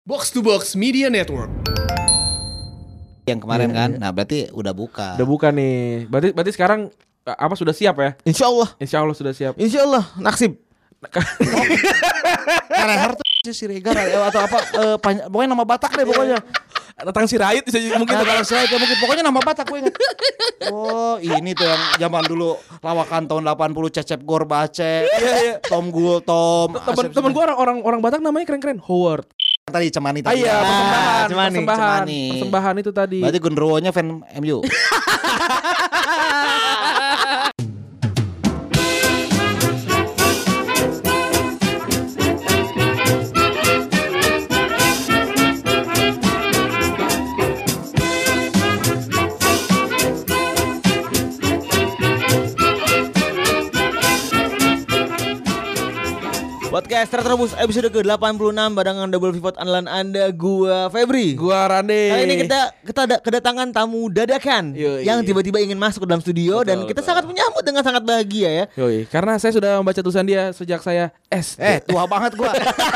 Box to Box Media Network. Yang kemarin kan, nah berarti udah buka. Udah buka nih. Berarti sekarang apa sudah siap ya? Insya Allah sudah siap. Insya Allah naksib. Karehar tuh si Regar atau apa? Pokoknya nama Batak deh pokoknya. Datang si Rait mungkin Kalau saya itu mungkin pokoknya nama Batak gue ingat. Oh ini tuh yang zaman dulu lawakan tahun 80 Cecep Gorbace, Tom Gultom. Temen gue orang Batak namanya keren-keren. Howard. Tadi Cemani tadi. Iya, Cemani. Persembahan itu tadi. Berarti Gundurwonya fan MU. Podcast Terterobos episode ke-86 barengan Double Pivot andalan Anda, gua Febri. Gua Rande. Kali ini kita ada kedatangan tamu dadakan yang tiba-tiba ingin masuk ke dalam studio. Betul, dan kita sangat menyambut dengan sangat bahagia ya. Yoi, karena saya sudah membaca tulisan dia sejak saya SD. Tua banget gua.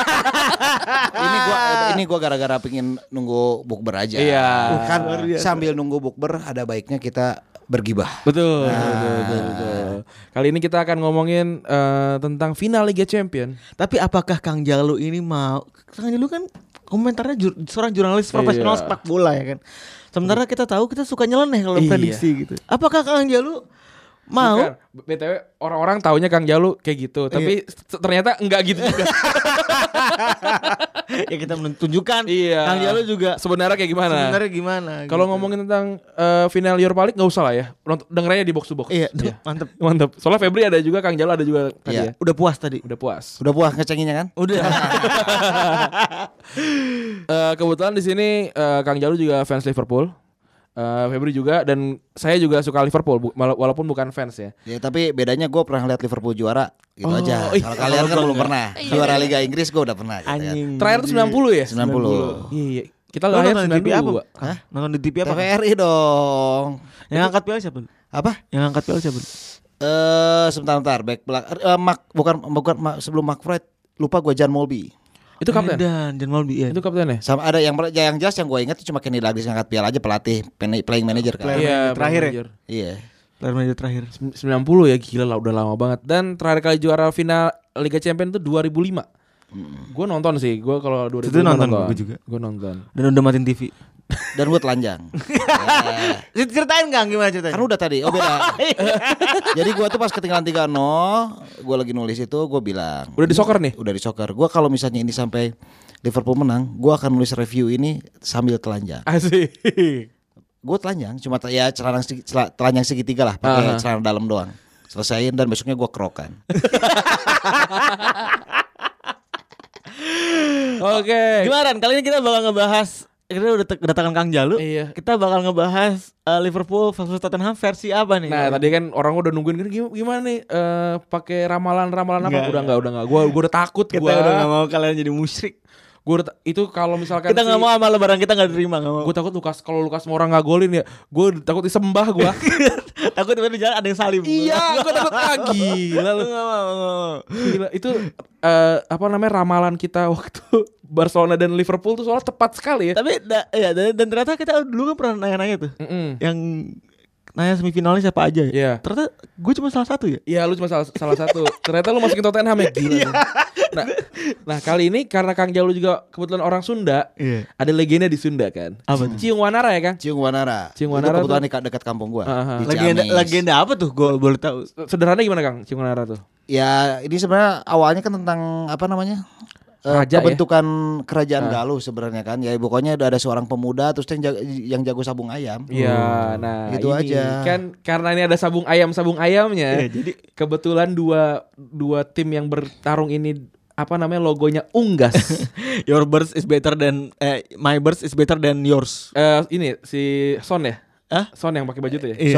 ini gua gara-gara pengin nunggu bukber aja. Iya. Kan sambil nunggu bukber ada baiknya kita bergibah. Betul. Kali ini kita akan ngomongin tentang final Liga Champion. Tapi apakah Kang Jalu ini mau? Kang Jalu kan komentarnya seorang jurnalis profesional sepak bola ya kan. Sementara kita tahu kita suka nyeleneh kalau prediksi gitu. Apakah Kang Jalu mau? Bukan. BTW orang-orang taunya Kang Jalu kayak gitu, tapi ternyata enggak gitu juga. Ya kita menunjukkan Kang Jalu juga sebenarnya kayak gimana? Kalau ngomongin tentang final Europa League nggak usah lah ya. Dengerannya di box to box. Iya. Mantep. Soalnya Febri ada juga, Kang Jalu ada juga tadi ya. Udah puas tadi. Udah puas ngecenginnya kan? Udah. Kebetulan di sini Kang Jalu juga fans Liverpool. Febri juga, dan saya juga suka Liverpool walaupun bukan fans ya. Ya tapi bedanya gue pernah lihat Liverpool juara gitu aja. Kalau kalian kan belum pernah. Juara Liga Inggris gue udah pernah gitu kan. Terakhir tuh 90 ya? 90. Iya. Kita lahir 92. Hah? Nonton di TV apa? TVRI dong. Yang angkat piala siapa? Apa? Yang angkat piala siapa? Sebentar back belakang. Bukan sebelum Mark Freud. Lupa gue Jan Molby. Itu kapten. Dan Molby ya. Itu kaptennya. Sama ada yang jelas yang gue ingat tuh cuma Kenny Dalglish ngangkat piala aja, pelatih playing manager kan. Iya, terakhir ya. Iya. Player manager terakhir 90 ya, gila lah, udah lama banget. Dan terakhir kali juara final Liga Champion itu 2005. Gue nonton sih. Gue kalau 2005 itu nonton gue juga. Gue nonton. Dan udah matiin TV. Dan gue telanjang. Ceritain Kang gimana ceritanya? Kan udah tadi. Oh beda. Jadi gue tuh pas ketinggalan 3-0, gue lagi nulis itu gue bilang, udah di soccer nih? Udah di soccer. Gue kalau misalnya ini sampai Liverpool menang, gue akan nulis review ini sambil telanjang. Asik. Gue telanjang, cuma ya telanjang segitiga lah, pakai celana dalam doang. Selesaiin dan besoknya gue kerokan. Oke. Gimana? Kali ini kita bakal ngebahas. Kita udah kedatangan Kang Jalu. Iya. Kita bakal ngebahas Liverpool versus Tottenham versi apa nih? Nah, tadi kan orang udah nungguin kan gimana nih pakai ramalan apa? Udah enggak. Gua udah takut. Kita udah enggak mau kalian jadi musyrik. Itu kalau misalkan kita nggak mau sama lebaran kita nggak diterima, nggak mau. Gue takut kalau Lukas Moura nggak golin ya, gue takut disembah gue. Takut tiba-tiba di jalan ada yang salim. Iya, gue takut lagi. Lalu nggak mau. Gila, itu apa namanya ramalan kita waktu Barcelona dan Liverpool tuh soalnya tepat sekali ya. Tapi dan ternyata kita dulu kan pernah nanya-nanya tuh, yang nanya semifinalnya siapa aja ya? Yeah. Ternyata gue cuma salah satu ya? Iya, lu cuma salah satu. Ternyata lu masukin Tottenham ya, gila. Nah kali ini karena Kang Jalu juga kebetulan orang Sunda, ada legenda di Sunda kan. Apa tuh? Ciung Wanara ya kan? Ciung Wanara. Itu kebetulan dekat kampung gua. Legenda apa tuh? Gue boleh tahu. Sederhana gimana Kang Ciung Wanara tuh? Ya ini sebenarnya awalnya kan tentang apa namanya? Raja, kebentukan kerajaan Galuh sebenarnya kan. Ya pokoknya ada seorang pemuda terus yang jago sabung ayam. Iya, nah itu ini aja. Kan karena ini ada sabung ayamnya. Jadi kebetulan dua tim yang bertarung ini apa namanya logonya unggas. Your birds is better than my birds is better than yours. Ini si Son ya? Hah? Son yang pakai baju tuh ya? Son.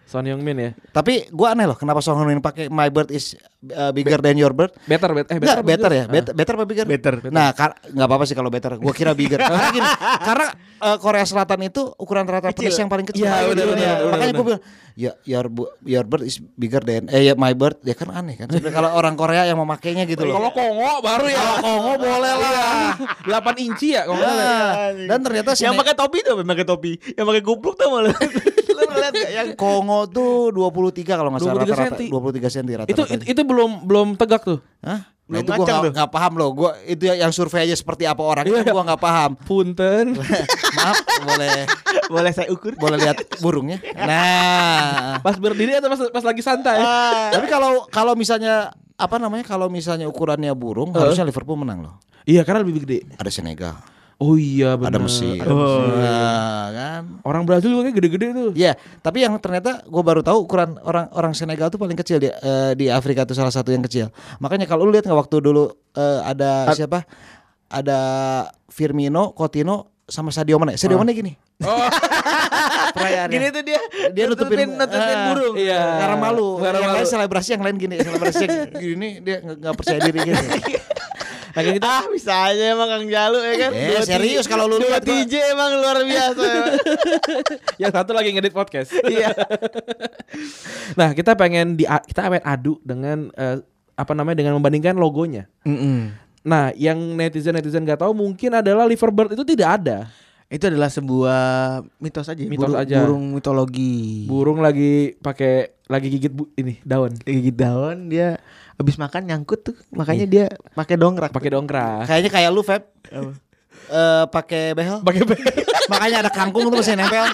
Son Heung-min ya. Tapi gue aneh loh, kenapa Son Heung-min pakai My Bird is bigger than your bird? Better Better ya? Better apa bigger? Better. Nah, nggak apa-apa sih kalau better. Gue kira bigger. Karena gini, karena Korea Selatan itu ukuran rata penis yang paling kecil. Iya, benar. Makanya gue bilang, ya your bird is bigger than My Bird. Ya kan aneh kan. Sebenarnya kalau orang Korea yang memakainya gitu loh. Kalau Kongo baru ya. Kalau Kongo boleh lah. 8 inci ya kalau nggak salah. Nah, dan ternyata Yang pakai topi tuh, yang pakai topi. Yang pakai kupluk tuh malah. Lu ngeliat gak yang Kongo tuh 23 kalau nggak salah 23 rata-rata. senti. 23 cm rata-rata. Itu belum tegak tuh. Hah? Belum Nah, itu gue ngacang tuh. nggak paham loh. Gue itu yang survei aja seperti apa orang itu gue nggak paham. Punten. Maaf, boleh saya ukur. boleh lihat burungnya. Nah, Pas berdiri atau pas lagi santai? tapi kalau misalnya apa namanya? Kalau misalnya ukurannya burung, harusnya Liverpool menang loh. Iya, karena lebih gede. Ada Senegal, Oh iya benar. ada Mesir, nah, kan? Orang Brazil juga kayak gede-gede tuh. Ya, tapi yang ternyata gue baru tahu ukuran orang Senegal tuh paling kecil di Afrika tuh salah satu yang kecil. Makanya kalau lu lihat nggak waktu dulu ada siapa? Ada Firmino, Coutinho sama Sadio Mane. Sadio Mane gini. Oh. Perayaannya. Gini tuh dia nutupin burung. Iya. Karena malu. Karena Yang malu. lain selebrasi, yang lain gini. Selebrasi yang gini dia nggak percaya diri gitu. Nah, kayak gitu. Bisa aja emang Kang Jalu ya kan. Serius kalau lu Dua lihat gua- TJ emang luar biasa. emang. Yang satu lagi ngedit podcast. Iya. Nah, kita pengen adu dengan dengan membandingkan logonya. Nah, yang netizen nggak tahu mungkin adalah Liverbird itu tidak ada. Itu adalah sebuah mitos aja. Mitos aja. Burung mitologi. Burung lagi gigit daun. Gigit daun dia habis makan nyangkut tuh. Makanya dia pakai dongkrak. Pakai dongkrak. Kayaknya kayak lu Feb. Pakai behel. Makanya ada kangkung tuh masih nempel.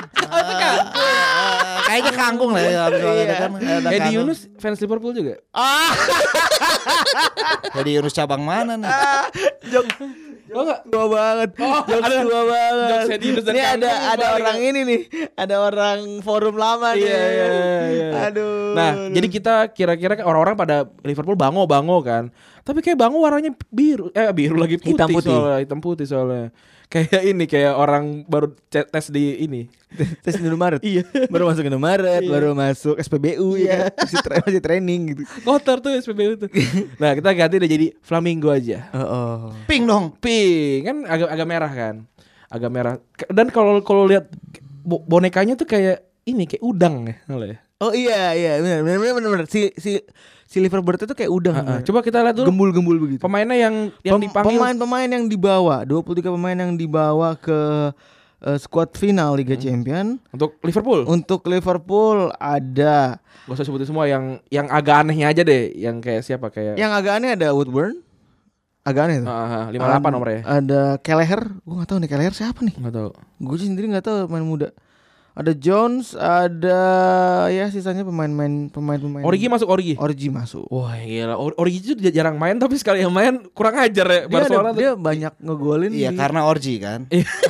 Kayaknya kangkung lah ya habis makan ada kan. Ada Edi kangkung. Yunus fans Liverpool juga. Jadi Yunus cabang mana nih? Oh enggak? Tua banget. Ada Tua banget. jokes Edi Yunus dan Ini kangkung ada balik. orang ini nih. Ada orang forum lama nih. Iya. Aduh. Nah, jadi kita kira-kira kan orang-orang pada Liverpool bango kan. Tapi kayak bango warnanya biru lagi putih, hitam putih soalnya. Kayak orang baru tes di ini. tes Indomaret. Iya. Baru masuk Indomaret, baru masuk SPBU ya. Masih training gitu. Kotor tuh SPBU tuh. Nah, kita ganti udah jadi flamingo aja. Oh. Pink dong. Pink kan agak merah kan. Agak merah. Dan kalau lihat bonekanya tuh kayak udang ya. Oh iya benar. Si Liverbird itu kayak udang. Coba kita lihat dulu Gembul-gembul begitu. pemainnya yang dipanggil. Pemain-pemain yang dibawa, 23 pemain yang dibawa ke squad final Liga Champion. Untuk Liverpool. Untuk Liverpool ada Gak usah sebutin semua yang agak anehnya aja deh. Yang kayak siapa kayak yang agak aneh, ada Woodburn. Agak aneh tuh. 58 nomornya. Ada Kelleher. Gue gak tahu nih Kelleher siapa nih. Enggak tahu. Gue sendiri gak tahu pemain muda. Ada Jones, ada ya sisanya pemain. Origi masuk. Origi masuk. Wah gila, Origi itu jarang main tapi sekali yang main kurang ajar ya. Barcelona Dia banyak ngegolin. Iya karena orgi kan.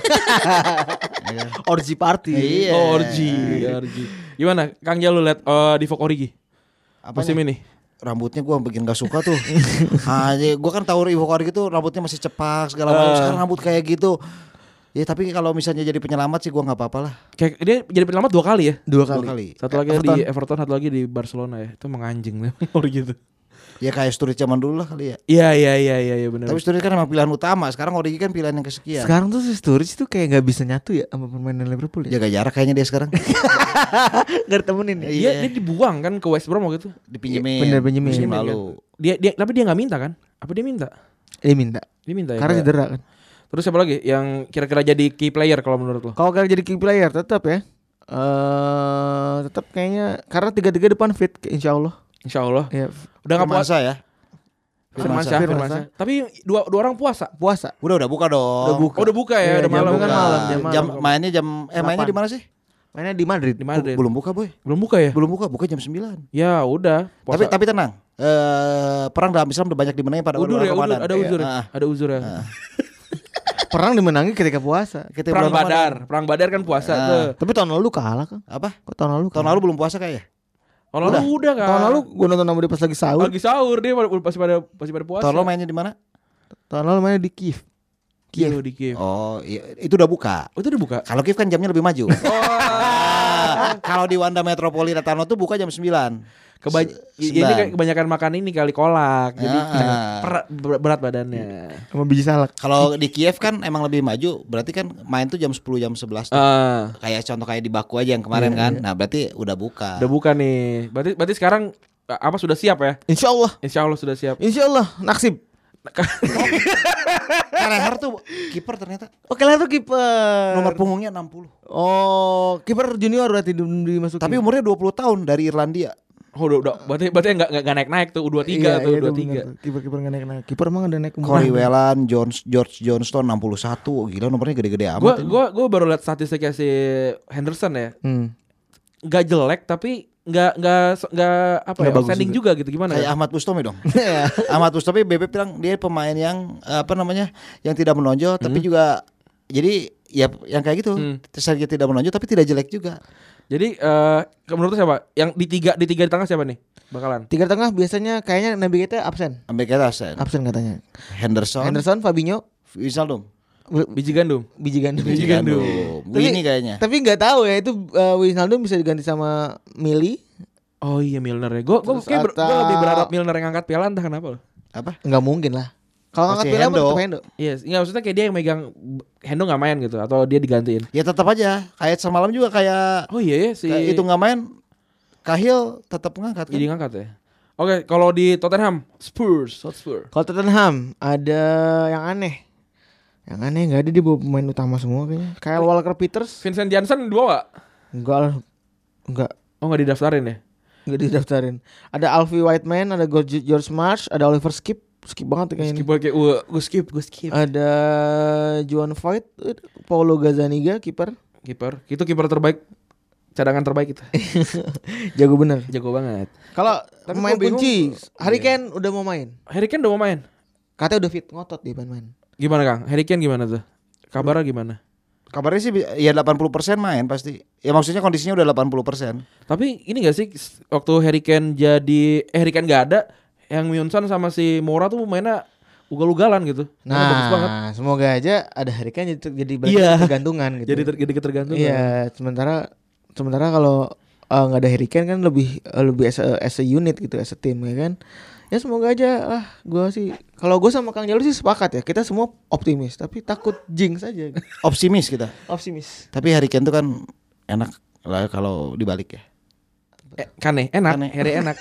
Orgi party. Iya. Origi. Gimana Kang Jalu lihat di Vogue Origi musim ini? Rambutnya gue bikin gak suka tuh. Gue kan tahu Ivo Origi tuh rambutnya masih cepak segala macam. Sekarang rambut kayak gitu. Ya tapi kalau misalnya jadi penyelamat sih gue nggak apa-apa lah. Kayak dia jadi penyelamat 2 kali ya. 2 kali. Satu lagi di Everton, satu lagi di Barcelona ya. Itu menganjing Origi itu. Ya kayak Sturridge zaman dulu lah kali ya. Iya benar. Tapi Sturridge kan emang pilihan utama. Sekarang Origi kan pilihan yang kesekian. Sekarang tuh si Sturridge tuh kayak gak bisa nyatu ya sama pemain Liverpool ya. Jaga jarak kayaknya dia sekarang. Gak ditemenin ya. Dia dibuang kan ke West Brom waktu itu. Dipinjemin. Pinjemin. Musim lalu. Dia tapi dia nggak minta kan? Apa dia minta? Dia minta. Dia minta ya. Karena Pak? cedera kan. Terus siapa lagi yang kira-kira jadi key player kalau menurut lo? Kalau kalian jadi key player tetap ya. Tetap kayaknya karena 3-3 depan fit insya Allah. Insya Allah. Ya, Udah nggak puasa ya. Firmansyah. Tapi dua orang puasa. puasa. Udah buka dong. Udah buka ya, Iya, udah malam. kan malam, jam Jam malam. mainnya mainnya di mana sih? Mainnya di Madrid. Di Madrid. Belum buka boy. Belum buka ya? Buka jam 9. Ya udah. Puasa. Tapi tenang. Perang dalam Islam udah banyak dimenangi pada Udur ya, Ramadan. ada uzur. Iya. Ada uzur ya. Perang dimenangi ketika puasa. Kita Perang bulan Ramadan. Badar. Perang Badar kan puasa tuh. Tapi tahun lalu kalah kan? Apa? Kok tahun lalu? Tahun lalu belum puasa kayak ya? Kalau udah kan. Tahun lalu gue nonton sama dia pas lagi sahur. Lagi sahur dia masih pada puasa. Tahun lalu mainnya di mana? Tahun lalu mainnya di Kiev. Di Kiev. Oh, iya, itu udah buka. Oh, itu udah buka. Kalau Kiev kan jamnya lebih maju. Kalau di Wanda Metropolitano tuh buka jam 9. Ini kayak kebanyakan makan ini kali kolak. Jadi berat badannya. Sama biji salak. Kalau di Kiev kan emang lebih maju, berarti kan main tuh jam 10 jam 11 tuh. Kayak contoh kayak di Baku aja yang kemarin kan. Nah, berarti udah buka. Udah buka nih. Berarti sekarang apa sudah siap ya? Insya Allah sudah siap. Insya Allah naksib. Kelleher tuh kiper ternyata. Oh, Kelleher tuh kiper. Nomor punggungnya 60. Oh, kiper junior berarti dimasukin. Tapi umurnya 20 tahun dari Irlandia. Oh, udah. Berarti enggak naik-naik tuh U23 tuh, U23. Kiper enggak naik-naik. Kiper emang ada naik umur. Corey Whelan, George Johnston 61. Gila nomornya gede-gede amat. Gua baru lihat statistiknya si Henderson ya. Enggak jelek tapi enggak outstanding juga gitu, gimana kayak ya? Ahmad Bustami dong. Ahmad Bustami Bebek bilang dia pemain yang yang tidak menonjol tapi juga jadi ya yang kayak gitu. Sedikit tidak menonjol tapi tidak jelek juga. Jadi menurut siapa? Yang di tiga di tengah siapa nih? Bakalan. Tiga tengah biasanya kayaknya Nabi kita absen. Absen katanya. Henderson, Fabinho, Wijnaldum. Biji gandum. Ini kayaknya. Tapi nggak tahu ya itu Wijnaldum bisa diganti sama Mili. Oh iya, Milner ya. Gue lebih berharap Milner yang angkat piala, entah kenapa loh. Apa? Nggak mungkin lah. Kalau angkat piala tetap Hendo. Yes, nggak, maksudnya kayak dia yang megang, Hendo nggak main gitu atau dia digantiin. Ya tetap aja. Kayak semalam juga kayak. Oh iya ya itu nggak main. Cahill tetap ngangkat kan? Jadi ngangkat ya. Oke, kalau di Tottenham, Hotspur. Kalau Tottenham ada yang aneh. Yang aneh nggak ada, dia bawa pemain utama semua kayaknya. Kyle Walker-Peters. Vincent Janssen 2 gak? Enggak lah. Enggak. Oh, nggak didaftarin ya? Nggak didaftarin. Ada Alfie Whiteman, ada George Marsh, ada Oliver Skip banget kayaknya. Gue skip. Ada Juan Voigt, Paulo Gazzaniga kiper. Itu kiper terbaik, cadangan terbaik itu. Jago bener. Jago banget. Kalau pemain kunci, Harry Kane udah mau main. Harry Kane udah mau main. Katanya udah fit, ngotot dia main. Gimana Kang? Harry Kane gimana tuh? Kabarnya gimana? Kabarnya sih ya 80% main pasti. Ya maksudnya kondisinya udah 80%. Tapi ini gak sih waktu Harry Kane gak ada, yang Myunsan sama si Moura tuh mainnya ugal-ugalan gitu. Bagus banget. Nah, semoga aja ada Harry Kane jadi ketergantungan gitu. Jadi ketergantungan. Iya, sementara kalau nggak ada Harry Kane kan lebih as a unit gitu, as a team ya kan. Ya semoga aja lah. Kalau gue sama Kang Jalu sih sepakat ya. Kita semua optimis, tapi takut jinx aja. Optimis kita. Optimis. Tapi Harry Kane tuh kan enak lah kalau dibalik ya. Enak. Harry enak.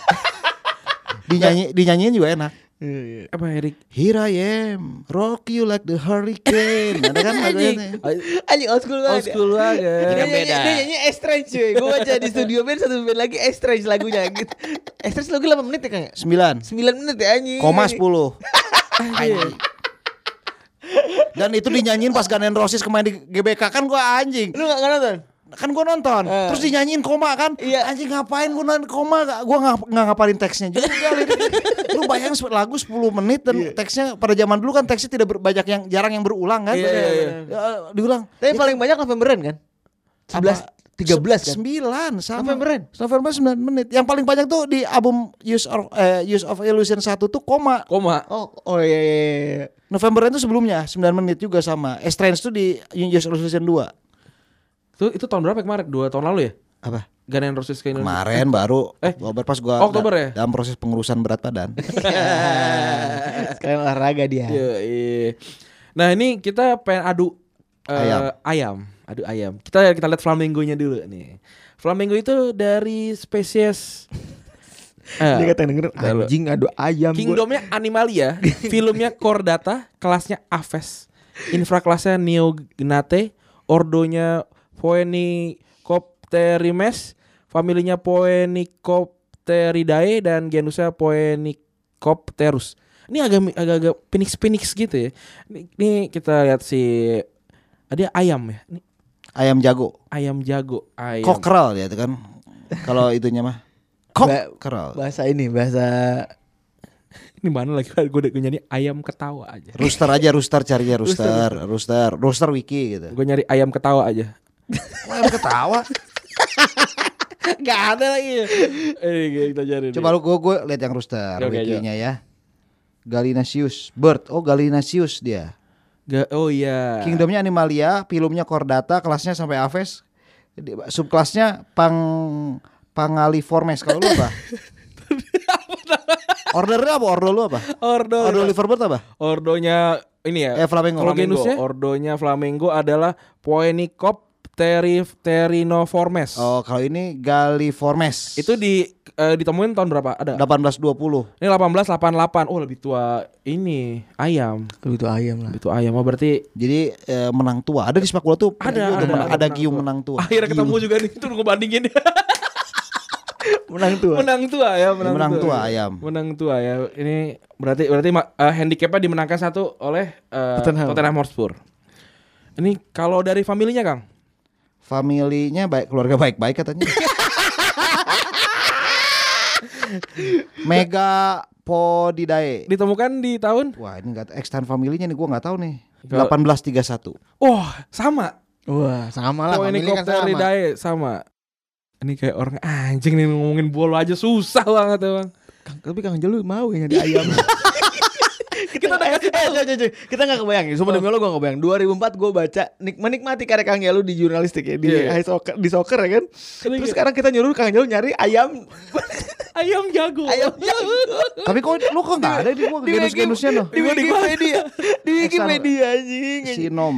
Dinyanyiin juga enak. Apa Harry? Here I am, rock you like the hurricane. Ada kan lagunya. Anjing old school banget. Ini kan beda. Dia nyanyi Estrange cuy. Gue baca di studio band, satu band lagi Estrange lagunya gitu. Estrange lagu 8 menit ya Kang? 9 menit ya anjing. Koma 10. Anjing. Dan itu dinyanyiin pas Guns N' Roses kemarin di GBK kan gue anjing. Lu gak nonton? Kan gue nonton, terus dinyanyiin koma kan. Iya. Anjing ngapain gue nonton koma? Gue nggak ngapalin teksnya juga. Lu bayang lagu 10 menit dan teksnya pada zaman dulu kan teksnya tidak banyak yang jarang yang berulang kan. Iya. Diulang. Tapi paling banyak Novemberan kan? 13 kan? 9 sama. November 9 menit. Yang paling banyak tuh di album Use of Illusion 1 tuh koma. Oh iya. November itu sebelumnya 9 menit juga sama. Estrange tuh di Use of Illusion 2. Itu tahun berapa kemarin? 2 tahun lalu ya? Apa? Guns N' Roses ke Indonesia. Kemarin baru Oktober pas gua Oktober ya? dalam proses pengurusan berat badan. Sekarang olahraga dia. Iya. Nah, ini kita pengen adu ayam. Adu ayam. Kita lihat flamingonya dulu nih. Flamingo itu dari spesies dia kata denger anjing adu ayam. Kingdomnya Animalia, filmnya Chordata, kelasnya Aves, infrakelasnya Neognate, ordonya Phoenicopterimes, familinya Phoenicopteridae dan genusnya Phoenicopterus. Ini agak Phoenix gitu ya. Ini kita lihat dia ayam ya. Ini ayam jago. Ayam. Cockerel ya itu kan. Kalau itunya mah cockerel. Bahasa ini mana lagi gue nyari ayam ketawa aja. Rooster carinya rooster wiki gitu. Gue nyari ayam ketawa aja. Ayam ketawa. Gak ada lagi. Kita cari. Coba gue lihat yang rooster wikinya ya. Gallinaceus bird. Oh Gallinaceus dia. Oh iya. Kingdomnya Animalia, filmnya Chordata, kelasnya sampai Aves. Subkelasnya Pangaliformes. Kalau lu apa? Ordernya apa? Ordo lu apa? Ordo Liverbird apa? Ordonya ini ya. Flamengo. Kalau genusnya? Ordonya Flamengo adalah Phoenicopterinoformes. Oh, kalau ini Galliformes. Itu ditemuin tahun berapa? Ada 1820. Ini 1888. Oh, lebih tua ini ayam. Lebih tua ayam lah. Lebih tua ayam. Oh, berarti Jadi menang tua. Ada di sepak bola tuh. Ada gium menang tua. akhirnya ketemu juga nih. Itu gue bandingin. Menang tua. Menang tua ya, Menang tua ayam. Menang tua ya. Ini berarti handicapnya dimenangkan 1 oleh Tottenham Hotspur. Ini kalau dari familinya, Kang? Familinya baik, keluarga baik-baik katanya. Megapodidae. Ditemukan di tahun? Wah, ini enggak extend familinya nih, gua enggak tahu nih. 1831. Oh, sama. Wah, sama lah. Phoenicopteridae sama. Ini kayak orang anjing nih ngomongin bola aja susah banget ya, Bang. Tapi Kang Jalu mau ya nyari ayam. Kita udah kasih kita nggak kebayang. Sumpah demi Allah gue nggak kebayang. 2004 gue baca menikmati karya Kang Jalu di jurnalistik ya, di soccer ya kan. Terus sekarang kita nyuruh Kang Jalu nyari ayam. Ayam jago. Tapi kok lu kok enggak ada di gua genus-genusnya loh. Di Wikipedia. Di Wikipedia anjing. Sinom.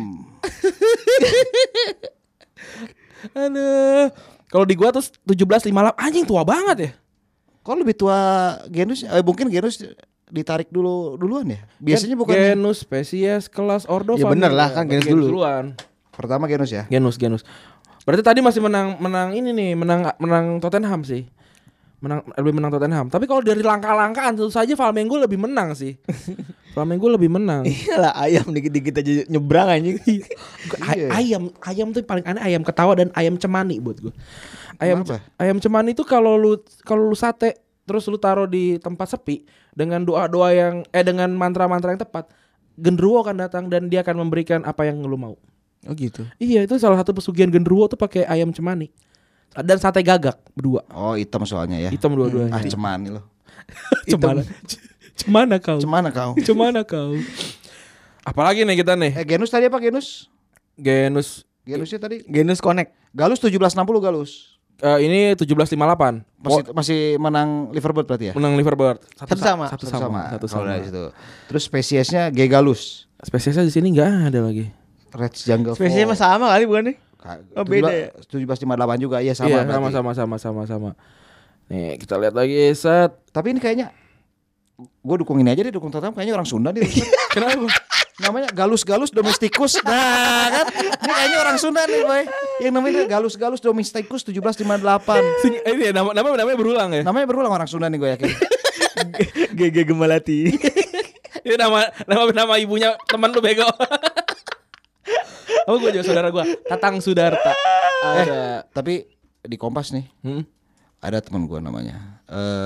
Aduh. Kalau di gua tuh 1758 anjing tua banget ya. Kok lebih tua genus? Mungkin genus ditarik duluan ya. Biasanya bukan genus, spesies, kelas, ordo. Ya bener lah kan genus duluan. Pertama genus ya. Genus. Berarti tadi masih menang ini nih, menang Tottenham sih. Lebih menang Tottenham. Tapi kalau dari langkah-langkahan tentu saja Flamengo lebih menang sih. Flamengo lebih menang. Iyalah ayam dikit-dikit aja nyebrang anjing. Ayam tuh paling aneh, ayam ketawa dan ayam cemani buat gue. Ayam cemani itu kalau lu sate terus lu taruh di tempat sepi dengan doa-doa dengan mantra-mantra yang tepat, genderuwo akan datang dan dia akan memberikan apa yang lu mau. Oh gitu. Iya, itu salah satu pesugihan genderuwo tuh pakai ayam cemani. Dan sate gagak berdua. Oh, hitam soalnya ya. Hitam dua-duanya. Cemani loh. Cemana kau? Cemana kau? Apalagi nih kita nih? Genus tadi apa genus? Genusnya tadi? Genus Connect. Galus 1760 Galus. Ini 1758. Masih menang Liverbird berarti ya? Menang Liverbird. Satu sama. Dari situ. Terus spesiesnya G Galus. Spesiesnya di sini enggak ada lagi. Red Jungle. Spesiesnya sama kali bukan nih? Oh beda ya? 1758 juga. Iya sama. Iya sama. Nih kita lihat lagi set. Tapi ini kayaknya gue dukung ini aja deh, dukung Tottenham. Kayaknya orang Sunda nih. Kenapa? Namanya Galus Domesticus. Nah kan ini kayaknya orang Sunda nih boy. Yang namanya Galus Domesticus 1758. Ini namanya berulang ya? Namanya berulang, orang Sunda nih gue yakin. GG Gemalati. Itu nama ibunya teman lu bego. Oh gue juga saudara gue Tatang Sudarta. Tapi di Kompas nih ada teman gue namanya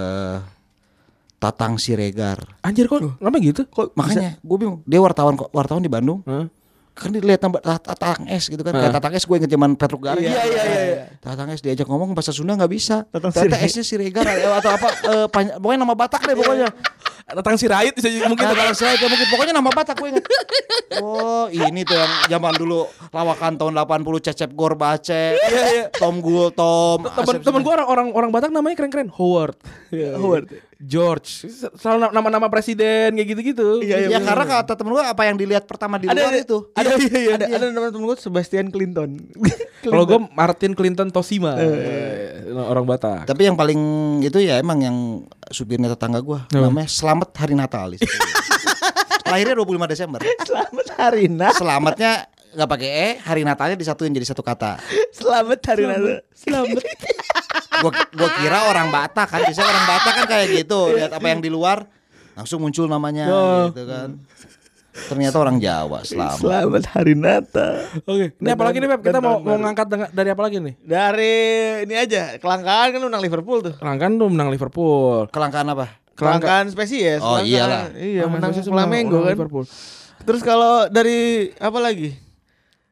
Tatang Siregar. Anjir kok namanya gitu? Kok makanya gue bingung. Dia wartawan di Bandung. Kan dilihat Tatang S gitu kan. Kayak Tatang S gue inget zaman Petruk Garing. Iya. Tatang S diajak ngomong bahasa Sunda gak bisa. Ternyata S-nya Siregar atau apa pokoknya nama Batak deh pokoknya. Tatang Sirait mungkin. Tatang Sirait mungkin, pokoknya nama Batak gue inget. Oh ini tuh yang zaman dulu lawakan tahun 80 Cecep Gorbace. Iya. Tom Gul, Temen gue orang Batak namanya keren-keren. Howard. George. Selalu nama-nama presiden kayak gitu-gitu. Iya karena kata temen gue apa yang dilihat pertama di luar itu. Ada nama temen gue Sebastian Clinton. Kalau gue Martin Clinton Tosima. Orang Batak. Tapi yang paling itu ya emang yang supirnya tetangga gue namanya Selamat Hari Natal. Lahirnya 25 Desember. Selamat Hari Natal. Selamatnya nggak pakai hari Natalnya disatuin jadi satu kata. Selamat Hari Natal. Selamat. Gua kira orang Batak kan, biasanya orang Batak kan kayak gitu, lihat apa yang di luar langsung muncul namanya gitu kan. Ternyata orang Jawa. Selamat Hari Natal. Oke. Ini apalagi nih Pep? Kita mau ngangkat dari apa lagi nih? Dari ini aja. Kelangkaan kan menang Liverpool tuh. Kelangkaan tuh menang Liverpool. Kelangkaan apa? Kelangkaan spesies. Oh iyalah. Iya menang Flamengo kan. Liverpool. Terus kalau dari apa lagi?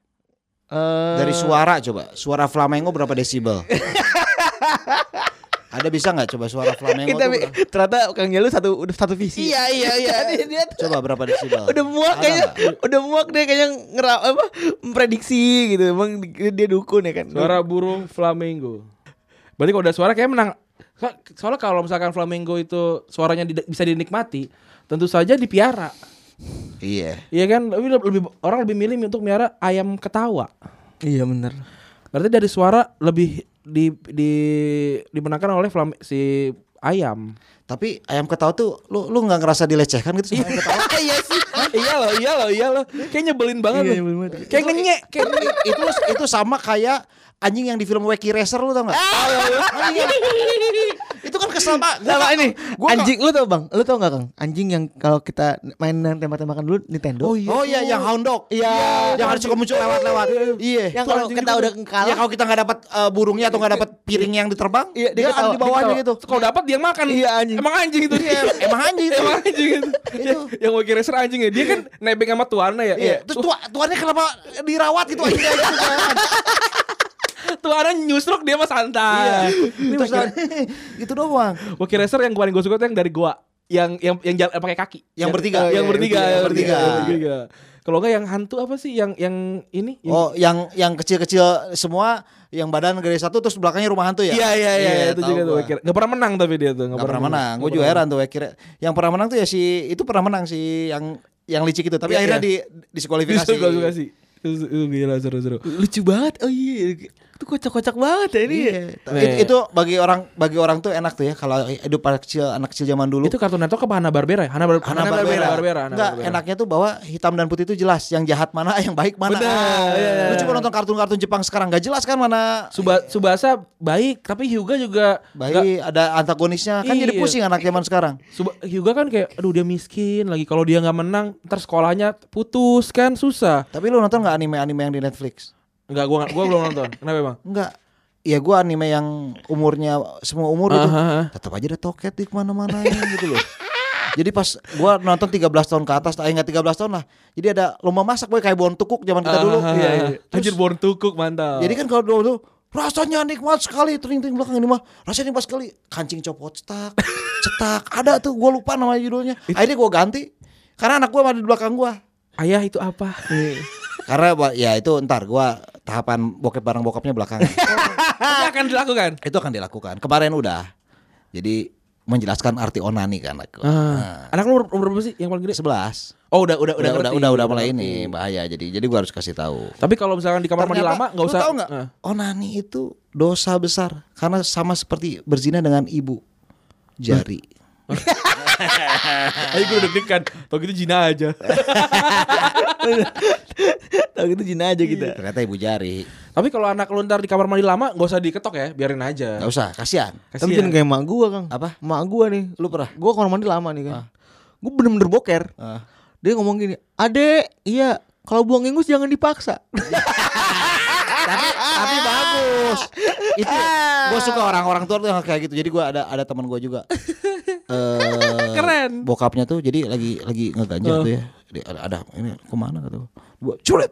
Dari suara coba. Suara Flamengo berapa desibel? Ada bisa nggak coba suara flamenco Kita tuh? ternyata Kang Jalu udah satu visi. Iya. Dia Coba berapa desibel? udah muak Ada kayaknya. nggak? Udah muak deh kayaknya memprediksi gitu. Emang dia dukun ya kan. Suara burung flamingo. Berarti kalau udah suara kayak menang. Soalnya kalau misalkan flamingo itu suaranya bisa dinikmati, tentu saja dipiara. Iya. Iya kan, orang lebih milih untuk miara ayam ketawa. Iya benar. Berarti dari suara lebih dimenangkan oleh si ayam. Tapi ayam ketawa tuh lu nggak ngerasa dilecehkan gitu sama ayam ketawa? Iya sih. Iya loh. Kayak nyebelin banget. Iya, loh. nyebelin banget. Kayak ngenyek. Itu sama kayak anjing yang di film Wacky Racer lu tau nggak? Anjing yang- itu kan kesel banget. Sama ini Gua anjing lu tau Bang? Lu tau gak Kang? Anjing yang kalau kita mainan tembak-tembakan dulu Nintendo. Oh iya yang hound dog. Iya. Yang harus suka muncul lewat-lewat. Iya. Yang kalau kita udah kalah. Ya kalau kita nggak dapat burungnya atau nggak dapat piring yang diterbang, Iya, dia ketawa, ada di bawahnya Ketawa. gitu. Kalau dapat dia makan. Iya, anjing. Emang anjing itu. Emang anjing itu. Emang anjing itu. Yang Wacky Racer anjing ya. Dia kan nebeng sama tuannya ya. Iya. Terus tuannya kenapa dirawat gitu anjing? Tuannya nyusruk dia mah santai. Ini masalah gitu doang. Wacky Racer yang kemarin gue suka tuh yang dari gua. Yang jalan pakai kaki. Yang bertiga. Yang Iya, bertiga. yang bertiga. Kalau enggak yang hantu apa sih yang ini? Oh, yang kecil-kecil semua, yang badan gede satu terus belakangnya rumah hantu ya? Iya, itu tahu juga tuh gua. Wacky. Enggak pernah menang tapi dia tuh, Nggak pernah menang. Gue juga heran tuh Wacky. Yang pernah menang tuh ya itu pernah menang si yang licik itu, tapi Iya, akhirnya iya. diskualifikasi. Diskualifikasi. Itu gila seru-seru. Lucu banget. Oh iya. Itu kocak-kocak banget ya ini. Iya. Itu bagi orang tuh enak tuh ya kalau hidup anak kecil zaman dulu. Itu Cartoon Network apa Hanna-Barbera ya? Hanna-Barbera. Enggak, enaknya tuh bahwa hitam dan putih itu jelas, yang jahat mana, yang baik mana. Benar, iya. Lu coba nonton kartun-kartun Jepang sekarang enggak jelas kan mana Subasa baik, tapi Hyuga juga baik, ada antagonisnya. Kan jadi Iya. pusing anak zaman sekarang. Hyuga kan kayak aduh dia miskin lagi, kalau dia nggak menang ntar sekolahnya putus kan susah. Tapi lu nonton enggak anime-anime yang di Netflix? Enggak, gua belum nonton. Kenapa emang? Enggak. Ya gue anime yang umurnya semua umur itu tetap aja ada toket di kemana-mana gitu loh. Jadi pas gue nonton 13 tahun ke atas, enggak 13 tahun lah. Jadi ada lomba masak boy kayak Bon Tukuk zaman kita dulu. Iya. Terus, Anjir Bon Tukuk mantap. jadi kan kalau dulu rasanya nikmat sekali, tering-tering belakang ini mah rasanya nikmat sekali. Kancing copot cetak, ada tuh gue lupa nama judulnya. Akhirnya gue ganti karena anak gue ada di belakang gue. Ayah itu apa? Karena ya itu ntar gue tahapan bokep bareng bokapnya belakangan. Itu akan dilakukan. Itu akan dilakukan. Kemarin udah. Jadi menjelaskan arti onani kan aku. Anak lu umur berapa sih yang paling gede? 11. Oh udah Mulai ini bahaya. Jadi gua harus kasih tahu. Tapi kalau misalkan di kamar mandi lama nggak usah. Lu tahu nggak? Onani itu dosa besar karena sama seperti berzina dengan ibu jari. Ayo gue deg-degan. Tau gitu jina aja. Tahu gitu jin aja kita. Ternyata ibu jari. Tapi kalau anak lu ntar di kamar mandi lama nggak usah diketok ya, biarin aja. Nggak usah, kasihan. Tapi jangan kayak emak gua, Kang. Apa? Emak gua nih. Lu pernah? Gua kamar mandi lama nih kan. Gua bener-bener boker. Dia ngomong gini, "Adek, iya, kalau buang ingus jangan dipaksa." Tapi bagus. Itu gue suka orang-orang tua tuh yang kayak gitu. Jadi gue ada teman gue juga. Keren. Bokapnya tuh jadi lagi ngeganja tuh ya. Ada ini kemana kata gue. Culit.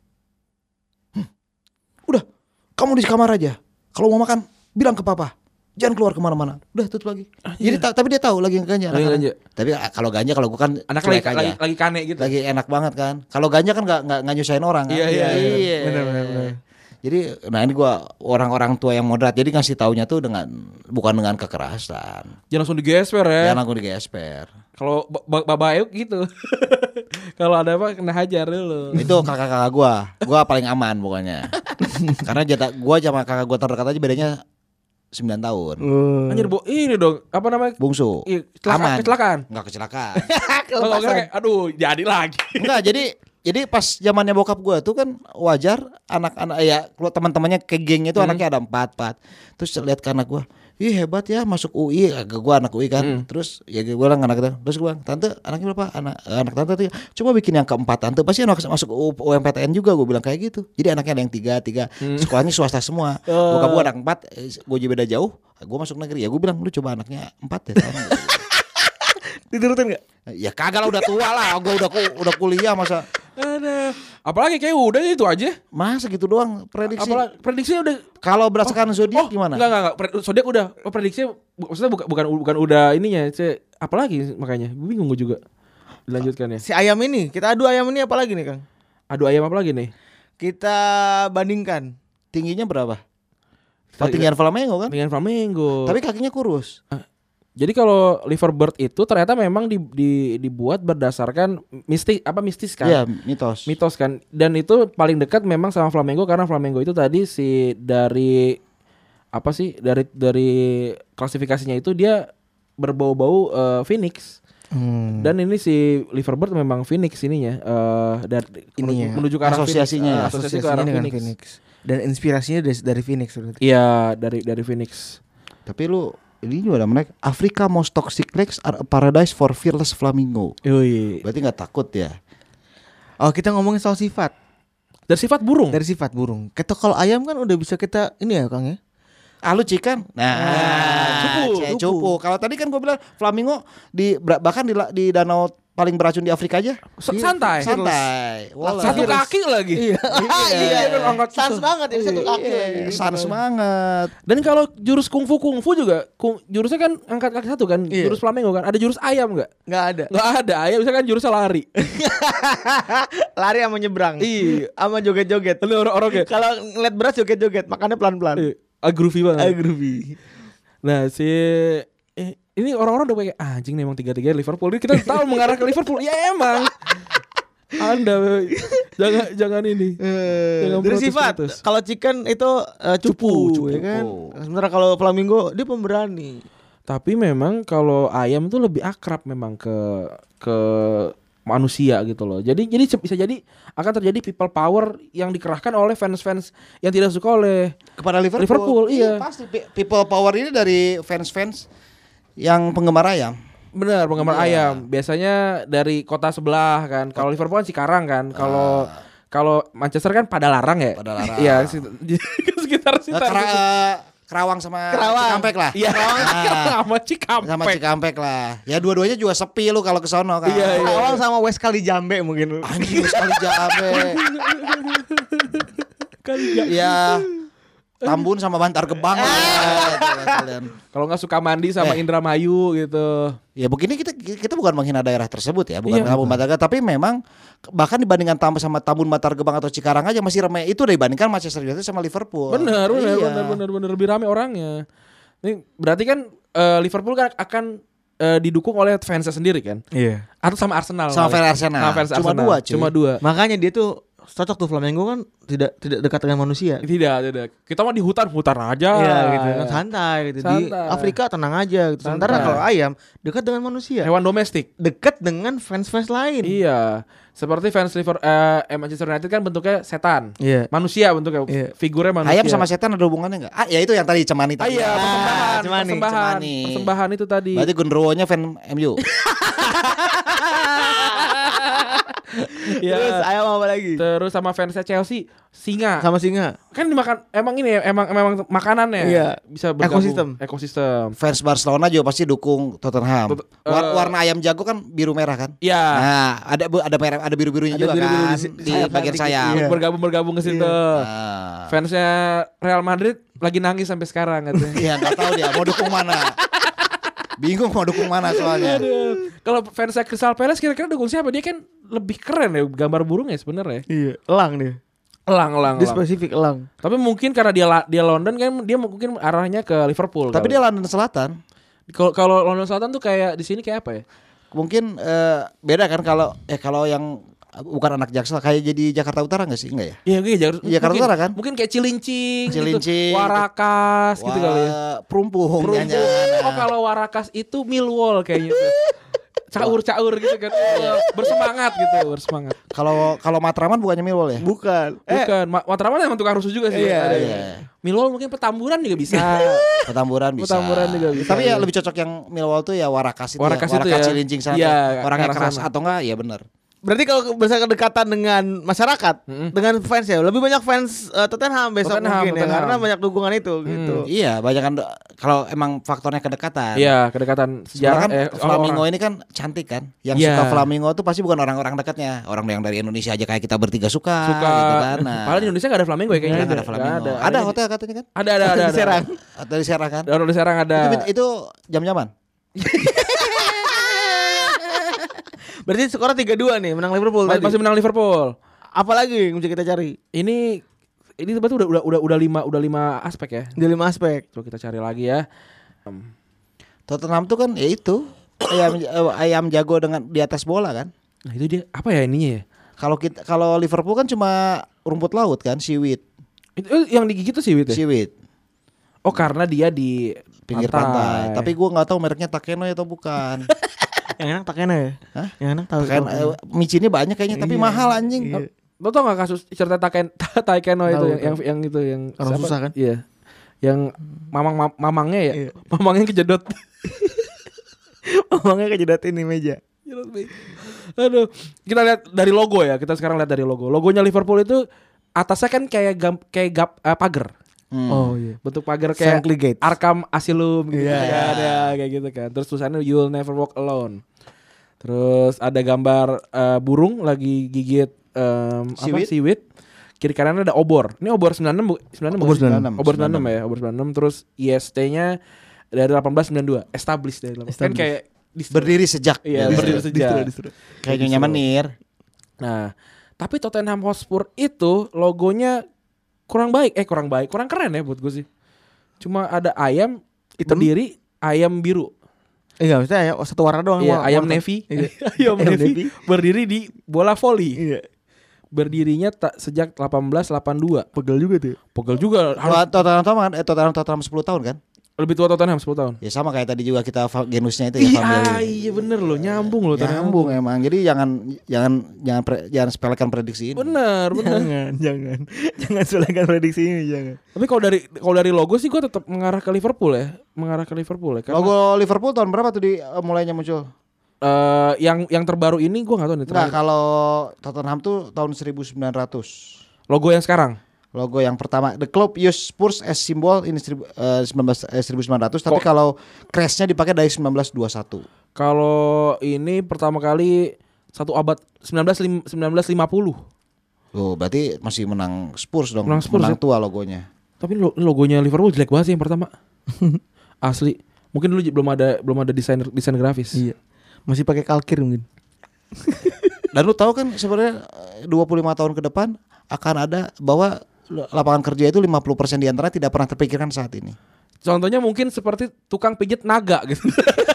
Udah, kamu di kamar aja. Kalau mau makan bilang ke papa. Jangan keluar kemana-mana. Udah tutup lagi. Jadi tapi dia tahu lagi ngeganja. Lagi ganja. Tapi kalau ganja kalau gue kan Anak cuek aja. lagi kane gitu. Lagi enak banget kan. Kalau ganja kan nggak nyusahin orang kan. Iya. Benar. Jadi nah ini gua orang-orang tua yang moderat. Jadi ngasih taunya tuh bukan dengan kekerasan. Jangan langsung digesper ya. Jangan langsung digesper. Kalau Baba Ayuk gitu. Kalau ada apa kena hajar dulu. Itu kakak-kakak gua paling aman pokoknya. Karena gua sama kakak gua terdekat aja bedanya 9 tahun. Anjir ini dong, apa namanya? Bungsu. Kecelakaan. Kecelakaan. Enggak kecelakaan. Kayak, aduh, jadi lagi. Enggak, jadi pas zamannya bokap gue tuh kan wajar anak-anak ya teman-temannya ke gengnya itu anaknya ada 4. Terus lihat ke anak gue, ih hebat ya masuk UI, gue anak UI kan. Terus ya gue bilang anak itu, terus gue bilang tante anaknya berapa? Anak tante tuh coba bikin yang keempat tante, pasti anak masuk UMPTN juga, gue bilang kayak gitu. Jadi anaknya ada yang 3 sekolahnya swasta semua. Bokap gue anak 4, gue beda jauh, gue masuk negeri ya gue bilang lu coba anaknya 4 deh. Diturutin gak? Ya kagak lah udah tua lah, gue udah kuliah masa Ada. Apalagi kayak udah itu aja. Masa gitu doang prediksi? Apalagi prediksinya udah. Kalau berdasarkan zodiak gimana? Enggak. Zodiak udah. Prediksinya maksudnya bukan udah ininya. Apalagi makanya gue bingung gue juga. Dilanjutkan ya. Si ayam ini, kita adu ayam ini apa lagi nih, Kang? Adu ayam apa lagi nih? Kita bandingkan. Tingginya berapa? Tinggian Flamengo kan? Dengan Flamengo. Tapi kakinya kurus. Jadi kalau Liverbird itu ternyata memang dibuat berdasarkan mistis kan? Iya, mitos kan. Dan itu paling dekat memang sama Flamengo karena Flamengo itu tadi dari klasifikasinya itu dia berbau-bau Phoenix. Dan ini si Liverbird memang Phoenix ininya menuju ke arah asosiasinya Asosiasi ke arah dengan Phoenix. Dan inspirasinya dari Phoenix berarti. Iya, dari Phoenix. Tapi lu ini juga ada menarik. Africa most toxic lakes are a paradise for fearless flamingo. Yoi. Berarti nggak takut ya? Oh, kita ngomongin soal sifat. Dari sifat burung. Dari sifat burung. Kita kalau ayam kan udah bisa kita ini ya, Kang ya. Lu chicken. Cupu. Kalau tadi kan gue bilang flamingo bahkan di danau paling beracun di Afrika aja. Santai. Satu kaki lagi. Iya. Sans banget ya satu kaki lagi. Sans banget. Dan kalau jurus kungfu juga jurusnya kan angkat kaki satu kan. Iya. Jurus Flamengo kan. Ada jurus ayam nggak? Nggak ada. Nggak ada. Ayam bisa kan jurusnya lari. Lari sama nyebrang. Iya. Sama joget-joget. Orang kayak Kalau ngeliat beras joget-joget, makannya pelan-pelan. groovy banget. Groovy. Nah ini orang-orang udah kayak anjing nih emang 3-3 Liverpool. Kita tahu mengarah ke Liverpool. Ya emang. Anda jangan ini. Jangan Dari protes, sifat. protes. Kalau chicken itu cupu, ya kan. Sementara kalau flamingo dia pemberani. Tapi memang kalau ayam tuh lebih akrab memang ke manusia gitu loh. Jadi bisa jadi akan terjadi people power yang dikerahkan oleh fans-fans yang tidak suka oleh Kepada Liverpool. Iya. Pasti people power ini dari fans-fans yang penggemar ayam. Benar, penggemar ayam. Biasanya dari kota sebelah kan. Kalau Liverpool kan Cikarang kan. Kalau Manchester kan Padalarang ya. Padalarang. Iya, sekitar Kerawang sama Kerawang. Cikampek lah. Iya, sama Cikampek. Sama Cikampek lah. Ya dua-duanya juga sepi lu kalau ke sono kan. Iya. Awal sama West Kali Jambe mungkin. Anjing sekali Jambe. Ya. Tambun sama Bantar Gebang. Kalau nggak suka mandi sama Indramayu gitu. Ya begini kita bukan menghina daerah tersebut ya, bukan Iya, Tambun Bantar Gebang, tapi memang bahkan dibandingkan sama Tambun Bantar Gebang atau Cikarang aja masih ramai itu dibandingkan Manchester United sama Liverpool. Benar Iya. lebih ramai orangnya. Ini berarti kan Liverpool kan akan didukung oleh fansnya sendiri kan? Iya. Atau sama Arsenal? Sama fans Arsenal. Sama fans Cuma Arsenal. dua, cuy. Cuma dua. Makanya dia tuh cocok tuh Flamengo kan tidak dekat dengan manusia. Tidak. Kita mah di hutan aja. Iya gitu kan santai gitu. Di Santai. Afrika tenang aja gitu. Sementara Santai. kalau ayam dekat dengan manusia. Hewan domestik. Dekat dengan fans-fans lain. Iya. Seperti fans Manchester United kan bentuknya setan. Iya. Manusia bentuknya. Iya. Figurnya manusia. Ayam sama setan ada hubungannya enggak? Ya itu yang tadi Cemani tadi. Iya, Cemani. persembahan itu tadi. Berarti Gundrowonya fan MU. Ya. Terus ayam apa lagi? Terus sama fansnya Chelsea, singa. Sama singa. Kan dimakan emang ini ya, emang makanannya. Iya. Bisa bergabung. Ekosistem. Fans Barcelona juga pasti dukung Tottenham. Tot- Warna ayam jago kan biru merah kan? Iya. Nah, ada merah, ada biru-birunya Ada juga biru-biru kan di di bagian dikit. sayap. Iya. Bergabung ke situ. Nah. Fansnya Real Madrid lagi nangis sampai sekarang katanya. Iya, enggak tahu dia mau dukung mana. Bingung mau dukung mana soalnya. Aduh. Kalau fansnya Crystal Palace kira-kira dukung siapa? Dia kan lebih keren ya gambar burungnya sebenarnya. Iya. Elang dia. Elang. Dia spesifik elang. Tapi mungkin karena dia London kan dia mungkin arahnya ke Liverpool. Tapi kali. dia London Selatan. Kalau London Selatan tuh kayak di sini kayak apa ya? Mungkin beda kan kalau yang bukan anak Jaksel kayak jadi Jakarta Utara enggak sih? Enggak ya? Iya, Jakarta Utara kan? Mungkin kayak Cilincing, Cilincing, gitu. Warakas gitu kali ya. Perumpung. Oh kalau Warakas itu Millwall kayaknya tuh. Caur gitu kan. Bersemangat. Kalau Matraman bukannya Millwall ya? Bukan. Bukan, Matraman emang tukang rusuh juga sih. Iya, Ada. iya. Millwall mungkin Petamburan juga bisa. Petamburan bisa. Petamburan juga bisa. Tapi ya lebih cocok yang Millwall tuh ya Warakas itu. Warakas itu Warakas ya. Cilincing sana. Iya, Orangnya ke arah keras sana. atau enggak? Ya benar. Berarti kalau berdasarkan kedekatan dengan masyarakat, dengan fans ya, lebih banyak fans Tottenham besok mungkin ya, karena banyak dukungan itu gitu. Iya, banyak kan kalau emang faktornya kedekatan. Iya, kedekatan sejarah. Kan Flamingo ini kan cantik kan. Yang suka Flamingo tuh pasti bukan orang-orang dekatnya, orang yang dari Indonesia aja kayak kita bertiga suka gitu kan. Nah, padahal di Indonesia enggak ada Flamingo ya kayaknya. Nggak ada Flamingo. Ada hotel katanya kan? Ada. Di Serang. Atau di Serang kan? Di Serang ada. Itu jam-jaman. Berarti skornya 3-2 nih, menang Liverpool tadi. Masih menang Liverpool. Apalagi yang mesti kita cari? Ini berarti udah 5 aspek ya. Di 5 aspek. Coba kita cari lagi ya. Tottenham tuh kan ya itu ayam jago dengan di atas bola kan. Nah, itu dia apa ya ininya ya? Kalau Liverpool kan cuma rumput laut kan, seaweed. Itu yang digigit tuh seaweed ya? Seaweed. Oh, karena dia di Pinggir pantai. Tapi gue nggak tahu mereknya Takeno atau bukan. Yang enak Takeno ya? Hah? Yang enak tahu. Micinnya banyak kayaknya tapi mahal anjing. Iya. Lo tau gak kasus cerita Takeno itu yang itu yang orang susah kan? Iya. Yang mamangnya ya? Iya. Mamangnya kejedot. Mamangnya kejedot ini meja. Aduh, kita lihat dari logo ya. Kita sekarang lihat dari logo. Logonya Liverpool itu atasnya kan kayak pagar. Oh iya. Bentuk pagar kayak Gate. Arkham Asylum gitu kan. Ada kayak gitu kan. Terus tulisannya You'll Never Walk Alone. Terus ada gambar burung lagi gigit seaweed. Kiri kanannya ada obor. Ini obor 96 Obor 96. Obor 96 ya, obor 96. Terus IST-nya dari 1892, established dari 18. Kan kayak berdiri sejak. Iya, berdiri sejak. Kayak Nyonya Menir. Nah, tapi Tottenham Hotspur itu logonya kurang keren ya buat gue sih. Cuma ada ayam berdiri, ayam biru. Iya, maksudnya satu warna doang. Iya, ayam navy. Ayam navy berdiri di bola voli. Iya. Berdirinya sejak 1882. Pegel juga tuh. Pegel juga. Tottenham 10 tahun kan? Lebih tua Tottenham 10 tahun. Ya sama kayak tadi juga kita genusnya itu ya. Iya bener loh, nyambung loh. Nyambung emang. Jadi jangan sepelekan prediksi ini. Bener. Jangan sepelekan prediksi ini, jangan. Tapi kalau dari logo sih gue tetap mengarah ke Liverpool ya. Karena logo Liverpool tahun berapa tuh mulainya muncul? Yang terbaru ini gue nggak tahu nih. Nah, kalau Tottenham tuh tahun 1900. Logo yang sekarang. Logo yang pertama, the club use Spurs as symbol ini 1900, tapi kalau crest-nya dipakai dari 1921. Kalau ini pertama kali 1 abad 1950. Oh, berarti masih menang Spurs dong. Menang tua logonya. Tapi logonya Liverpool jelek banget sih yang pertama. Asli. Mungkin dulu belum ada desain grafis. Iya. Masih pakai kalkir mungkin. Dan lu tahu kan sebenarnya 25 tahun ke depan akan ada bahwa lapangan kerja itu 50% diantara tidak pernah terpikirkan saat ini. Contohnya mungkin seperti tukang pijit naga gitu.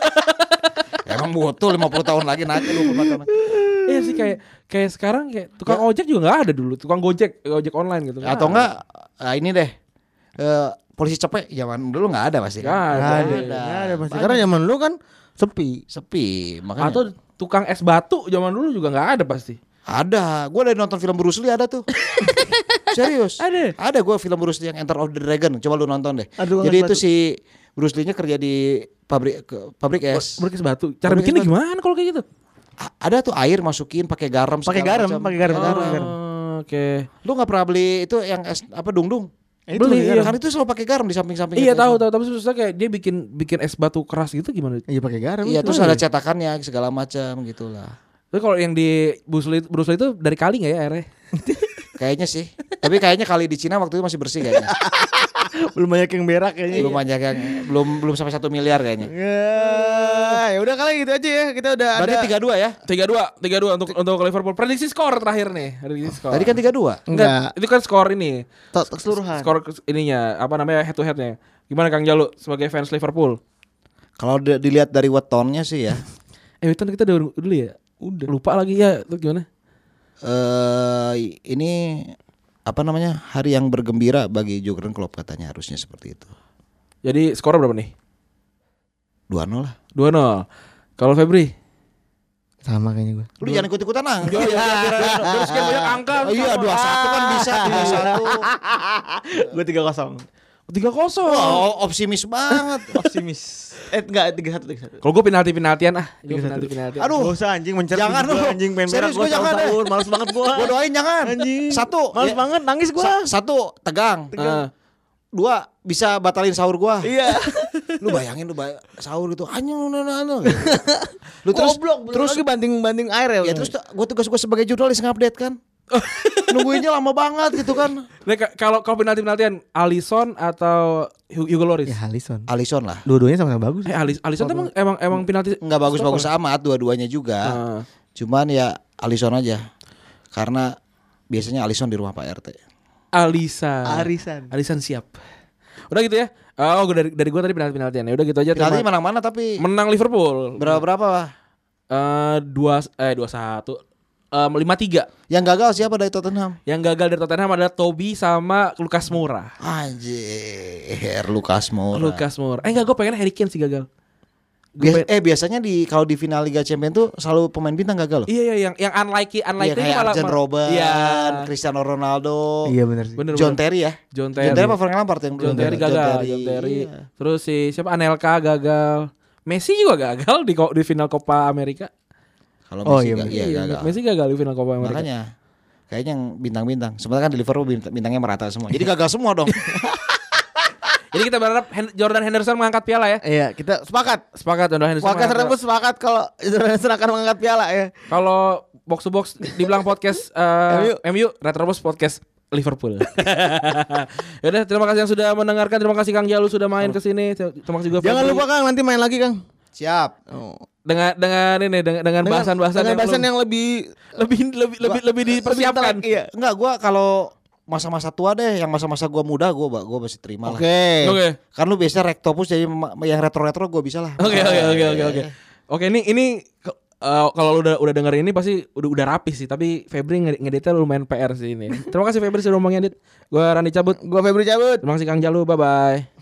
Emang butuh 50 tahun lagi naga 25 tahun. Iya sih kayak sekarang kayak tukang ojek juga nggak ada dulu, tukang ojek online gitu. Atau enggak ini deh polisi cepet zaman dulu nggak ada pasti. Nggak ada pasti. Karena zaman dulu kan sepi makanya. Atau tukang es batu zaman dulu juga nggak ada pasti. Ada, gue dari nonton film Bruce Lee ada tuh. Serius? Ada gue film Bruce Lee yang Enter of the Dragon. Coba lu nonton deh. Jadi itu si Bruce Lee-nya kerja di pabrik es. Pabrik es batu. Cara bikinnya gimana kalau kayak gitu? Ada tuh air masukin pakai garam. Pakai garam. Oke. Lu nggak pernah beli itu yang es apa dung-dung? Beli kan itu selalu pakai garam di samping-samping. Iya tahu tapi susah kayak dia bikin es batu keras gitu gimana? Iya pakai garam. Iya terus ada cetakannya segala macam gitulah. Tapi kalau yang di Bruce Lee itu dari kali nggak ya airnya? Kayaknya sih. Tapi kayaknya kali di Cina waktu itu masih bersih kayaknya. Belum banyak yang berak kayaknya. Belum sampai 1 miliar kayaknya. Ya udah kali gitu aja ya. Kita udah berarti 3-2 ya? 3-2 untuk Liverpool. Prediksi skor terakhir nih. Tadi kan 3-2. Enggak. Itu kan skor ini. Keseluruhan. Skor ininya apa namanya head to headnya. Gimana Kang Jalu sebagai fans Liverpool? Kalau dilihat dari wetonnya sih ya. Weton kita dulu ya. Udah lupa lagi ya. Itu gimana? Ini apa namanya? Hari yang bergembira bagi Jurgen Klopp katanya harusnya seperti itu. Jadi skornya berapa nih? 2-0 lah. 2-0. Kalau Febri? Sama kayaknya gue. Lu jangan ikut-ikutan nang. Biar sekian banyak angka. Iya 2-1 kan bisa 2-1. Gue 3-0. 3-0. Oh, optimis banget. Optimis. Enggak 3-1. Kalau gue penaltian penaltian. Aduh, Gak usah anjing mencer. Jangan gua, lu. anjing pengen Serius, berak gua jangan deh. tahun. Males banget gua. Gua doain jangan. Anjing. Satu, Males banget nangis gua. Satu, tegang. Dua, bisa batalin sahur gua. Iya. Lu bayangin sahur gitu. Anjing lu terus lagi banting air ya. Ya terus tugas gua sebagai jurnalis ngupdate kan. Nungguinnya lama banget gitu kan. Nah, kalau penaltian Alisson atau Hugo Lloris? Ya Alisson lah. Dua-duanya sama-sama bagus. Alisson tuh emang penalti Enggak bagus-bagus amat dua-duanya juga. Cuman ya Alisson aja. Karena biasanya Alisson di rumah Pak RT. Arisan siap. Udah gitu ya. Oh, dari gua tadi penaltian. Ya udah gitu aja. Penalti mana-mana tapi menang Liverpool. Berapa Pak? 2-1. 5-3. Yang gagal siapa dari Tottenham? Yang gagal dari Tottenham adalah Toby sama Lucas Moura. Anjir, Lucas Moura. Enggak, gue pengen Harry Kane sih gagal. Biasanya kalau di final Liga Champions tuh selalu pemain bintang gagal loh. Iya, yang unlikely kayak Arjen Robben, Cristiano Ronaldo. Iya benar sih. John Terry ya. John Terry apa Frank Lampard yang John Terry gagal. John Terry. Iya. Terus siapa Anelka gagal. Messi juga gagal di final Copa America. Kalau Messi gagal. Messi gagal di final Copa America. Makanya kayaknya yang bintang-bintang. Sebenarnya kan di Liverpool bintangnya merata semua. Jadi gagal semua dong. Jadi kita berharap Jordan Henderson mengangkat piala ya. Iya, kita sepakat Jordan Henderson. Podcast Rebus sepakat kalau Jordan Henderson akan mengangkat piala ya. Kalau box to box dibilang podcast MU, Retrobus podcast Liverpool. Yaudah, terima kasih yang sudah mendengarkan. Terima kasih Kang Jalu sudah main ke sini. Terima kasih juga Jangan lupa Kang, nanti main lagi Kang. Siap. Dengan bahasan yang lebih dipersiapkan. Iya. Enggak, gua kalau masa-masa tua deh, yang masa-masa gua muda gua masih terima lah. Oke. Kan lu biasa Rektopus jadi yang retro-retro gua bisa lah. Oke. Oke, ini kalau lu udah denger ini pasti udah rapi sih, tapi Febri ngeditnya lumayan PR sih ini. Terima kasih Febri sudah mau ngedit. Gua Randi cabut. Gua Febri cabut. Terima kasih Kang Jalu, bye bye.